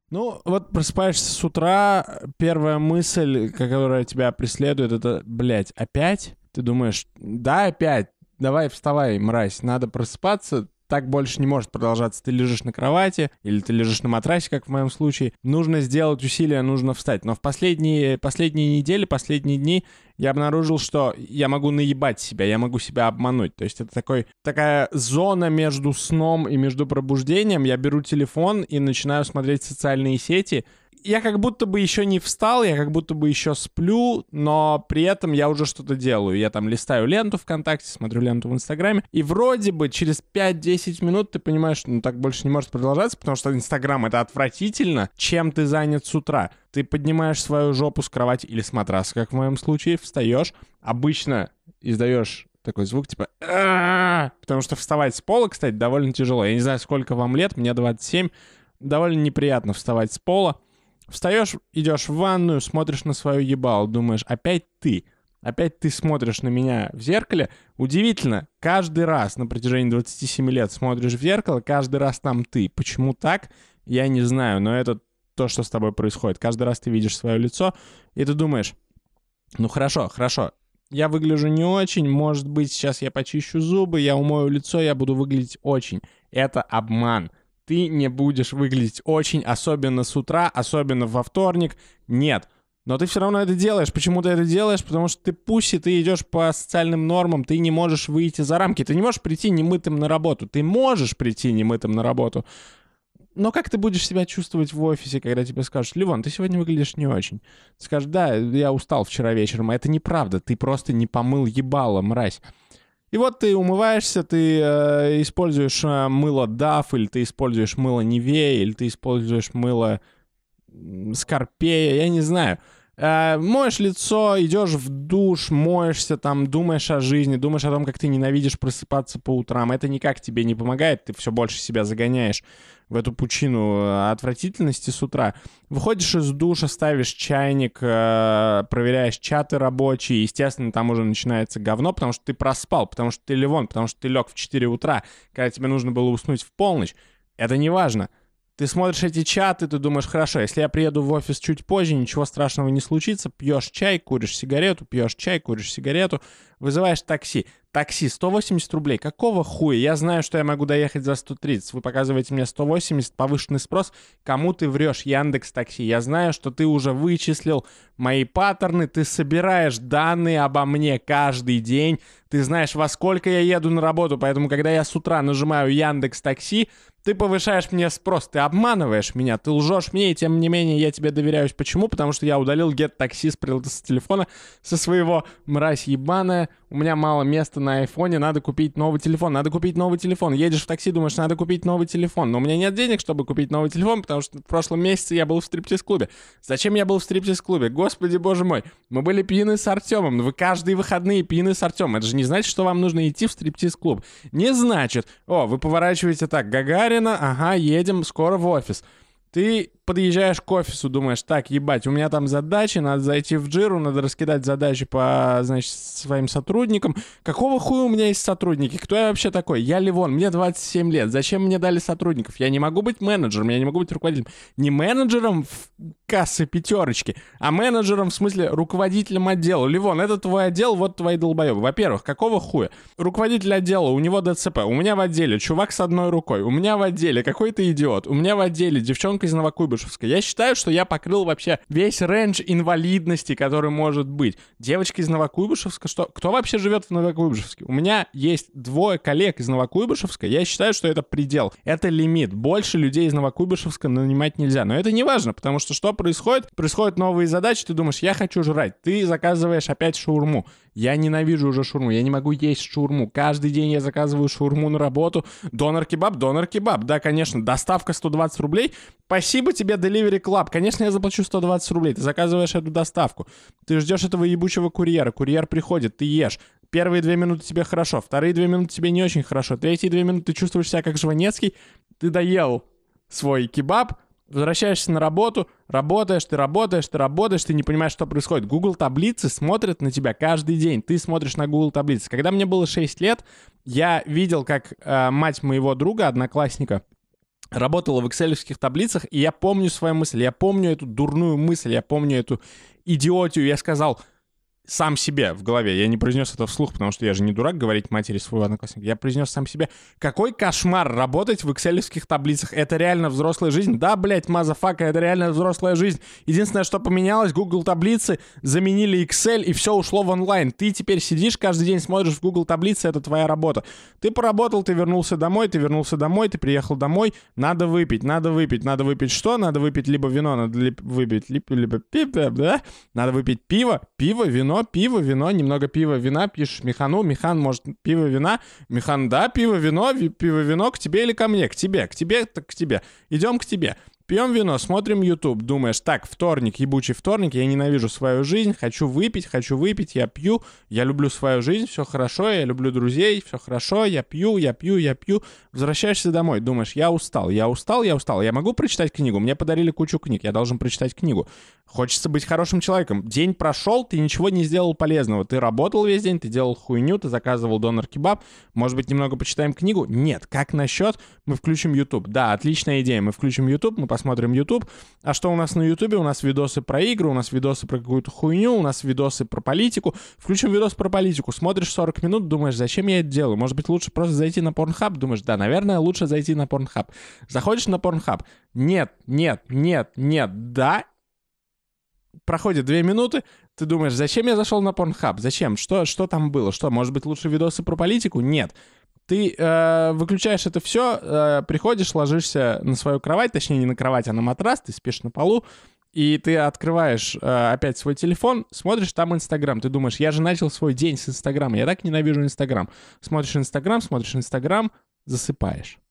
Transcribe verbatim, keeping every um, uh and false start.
Ну, вот просыпаешься с утра, первая мысль, которая тебя преследует, это, блядь, опять? Ты думаешь, да, опять, давай вставай, мразь, надо просыпаться, так больше не может продолжаться. Ты лежишь на кровати или ты лежишь на матрасе, как в моем случае. Нужно сделать усилия, нужно встать. Но в последние, последние недели, последние дни я обнаружил, что я могу наебать себя, я могу себя обмануть. То есть это такой, такая зона между сном и между пробуждением. Я беру телефон и начинаю смотреть социальные сети. Я как будто бы еще не встал, я как будто бы еще сплю, но при этом я уже что-то делаю. Я там листаю ленту ВКонтакте, смотрю ленту в Инстаграме, и вроде бы через пять-десять минут ты понимаешь, что ну, так больше не может продолжаться, потому что Инстаграм — это отвратительно, чем ты занят с утра. Ты поднимаешь свою жопу с кровати или с матраса, как в моем случае, встаешь, обычно издаешь такой звук, типа «А-а-а!», потому что вставать с пола, кстати, довольно тяжело. Я не знаю, сколько вам лет, мне двадцать семь, довольно неприятно вставать с пола. Встаешь, идешь в ванную, смотришь на свое ебало, думаешь, опять ты. Опять ты смотришь на меня в зеркале. Удивительно, каждый раз на протяжении двадцати семи лет смотришь в зеркало, каждый раз там ты. Почему так, я не знаю, но это то, что с тобой происходит. Каждый раз ты видишь свое лицо, и ты думаешь, ну хорошо, хорошо, я выгляжу не очень, может быть, сейчас я почищу зубы, я умою лицо, я буду выглядеть очень. Это обман. Ты не будешь выглядеть очень, особенно с утра, особенно во вторник. Нет. Но ты все равно это делаешь. Почему ты это делаешь? Потому что ты пусси, ты идешь по социальным нормам, ты не можешь выйти за рамки. Ты не можешь прийти немытым на работу. Ты можешь прийти немытым на работу. Но как ты будешь себя чувствовать в офисе, когда тебе скажут: Левон, ты сегодня выглядишь не очень. Ты скажешь: да, я устал вчера вечером. А это неправда. Ты просто не помыл ебало, мразь. И вот ты умываешься, ты э, используешь э, мыло даф, или ты используешь мыло Nivea, или ты используешь мыло Скорпея, я не знаю. Э, моешь лицо, идешь в душ, моешься там, думаешь о жизни, думаешь о том, как ты ненавидишь просыпаться по утрам. Это никак тебе не помогает, ты все больше себя загоняешь в эту пучину отвратительности с утра. Выходишь из душа, ставишь чайник, э, проверяешь чаты рабочие. Естественно, там уже начинается говно, потому что ты проспал, потому что ты левон, потому что ты лег в четыре утра, когда тебе нужно было уснуть в полночь. Это не важно. Ты смотришь эти чаты, ты думаешь, хорошо, если я приеду в офис чуть позже, ничего страшного не случится, пьешь чай, куришь сигарету, пьешь чай, куришь сигарету, вызываешь такси. Такси, сто восемьдесят рублей. Какого хуя? Я знаю, что я могу доехать за сто тридцать. Вы показываете мне сто восемьдесят, повышенный спрос. Кому ты врешь? Яндекс.Такси. Я знаю, что ты уже вычислил мои паттерны, ты собираешь данные обо мне каждый день. Ты знаешь, во сколько я еду на работу, поэтому, когда я с утра нажимаю Яндекс.Такси, ты повышаешь мне спрос, ты обманываешь меня, ты лжешь мне, и тем не менее я тебе доверяюсь. Почему? Потому что я удалил GetTaxi с, с телефона, со своего, мразь ебаная. У меня мало места на айфоне, надо купить новый телефон, надо купить новый телефон. Едешь в такси, думаешь, надо купить новый телефон. Но у меня нет денег, чтобы купить новый телефон, потому что в прошлом месяце я был в стриптиз-клубе. Зачем я был в стриптиз-клубе? Господи, боже мой. Мы были пьяны с Артемом. Вы каждые выходные пьяны с Артемом. Это же не значит, что вам нужно идти в стриптиз-клуб. Не значит. О, вы поворачиваете так, Гагарина, ага, едем скоро в офис. Ты подъезжаешь к офису, думаешь, так, ебать, у меня там задачи, надо зайти в Джиру, надо раскидать задачи по, значит, своим сотрудникам. Какого хуя у меня есть сотрудники? Кто я вообще такой? Я Левон, мне двадцать семь лет. Зачем мне дали сотрудников? Я не могу быть менеджером, я не могу быть руководителем. Не менеджером в кассе пятерочки, а менеджером, в смысле, руководителем отдела. Левон, это твой отдел, вот твои долбоебы. Во-первых, какого хуя? Руководитель отдела, у него ДЦП, у меня в отделе чувак с одной рукой, у меня в отделе какой-то идиот, у меня в отделе девчонка из Новокуйбышевска. Я считаю, что я покрыл вообще весь рейндж инвалидности, который может быть. Девочка из Новокуйбышевска, что? Кто вообще живет в Новокуйбышевске? У меня есть двое коллег из Новокуйбышевска, я считаю, что это предел, это лимит. Больше людей из Новокуйбышевска нанимать нельзя. Но это не важно, потому что что происходит? Происходят новые задачи, ты думаешь, я хочу жрать. Ты заказываешь опять шаурму. Я ненавижу уже шаурму, я не могу есть шаурму. Каждый день я заказываю шаурму на работу. Донор-кебаб, донор-кебаб. Да, конечно, доставка сто двадцать рублей. Спасибо тебе, Delivery Club. Конечно, я заплачу сто двадцать рублей. Ты заказываешь эту доставку. Ты ждешь этого ебучего курьера. Курьер приходит, ты ешь. Первые две минуты тебе хорошо, вторые две минуты тебе не очень хорошо, третьи две минуты ты чувствуешь себя как Жванецкий. Ты доел свой кебаб, возвращаешься на работу, работаешь, ты работаешь, ты работаешь, ты не понимаешь, что происходит. Google таблицы смотрят на тебя каждый день, ты смотришь на Google таблицы. Когда мне было шесть лет, я видел, как э, мать моего друга, одноклассника, работала в экселевских таблицах, и я помню свою мысль, я помню эту дурную мысль, я помню эту идиотию. Я сказал сам себе в голове, я не произнес это вслух, потому что я же не дурак говорить матери своего одноклассника, я произнес сам себе: какой кошмар работать в экселевских таблицах, это реально взрослая жизнь? Да, блядь, мазафака, это реально взрослая жизнь. Единственное, что поменялось, Google таблицы заменили Excel, и все ушло в онлайн. Ты теперь сидишь каждый день, смотришь в Google таблицы, это твоя работа. Ты поработал, ты вернулся домой, ты вернулся домой, ты приехал домой, надо выпить, надо выпить, надо выпить что? Надо выпить либо вино, надо ли- выпить либо, либо пиво, да? Надо выпить пиво, пиво, вино, пиво, вино, немного пива, вина, пишешь Михану, Михан, может, пиво, вина, Михан, да, пиво, вино, ви- пиво, вино, к тебе или ко мне? К тебе, к тебе, так к тебе. Идем к тебе. Пьем вино, смотрим YouTube, думаешь: так, вторник, ебучий вторник, я ненавижу свою жизнь, хочу выпить, хочу выпить, я пью, я люблю свою жизнь, все хорошо, я люблю друзей, все хорошо, я пью, я пью, я пью. Возвращаешься домой, думаешь: я устал, я устал, я устал, я могу прочитать книгу, мне подарили кучу книг, я должен прочитать книгу. Хочется быть хорошим человеком. День прошел, ты ничего не сделал полезного, ты работал весь день, ты делал хуйню, ты заказывал донор-кебаб, может быть, немного почитаем книгу? Нет. Как насчет мы включим YouTube? Да, отличная идея, мы включим YouTube, мы посмотрим YouTube. А что у нас на YouTube? У нас видосы про игры, у нас видосы про какую-то хуйню, у нас видосы про политику. Включим видос про политику, смотришь сорок минут, думаешь: зачем я это делаю? Может быть, лучше просто зайти на Pornhub? Думаешь: да, наверное, лучше зайти на Pornhub. Заходишь на Pornhub. Нет, нет, нет, нет, да. Проходит две минуты, ты думаешь: зачем я зашел на Pornhub? Зачем? Что, что там было? Что, может быть, лучше видосы про политику? Нет. Ты э, выключаешь это все, э, приходишь, ложишься на свою кровать, точнее, не на кровать, а на матрас, ты спишь на полу, и ты открываешь э, опять свой телефон, смотришь там Инстаграм. Ты думаешь: я же начал свой день с Инстаграма, я так ненавижу Инстаграм. Смотришь Инстаграм, смотришь Инстаграм, засыпаешь.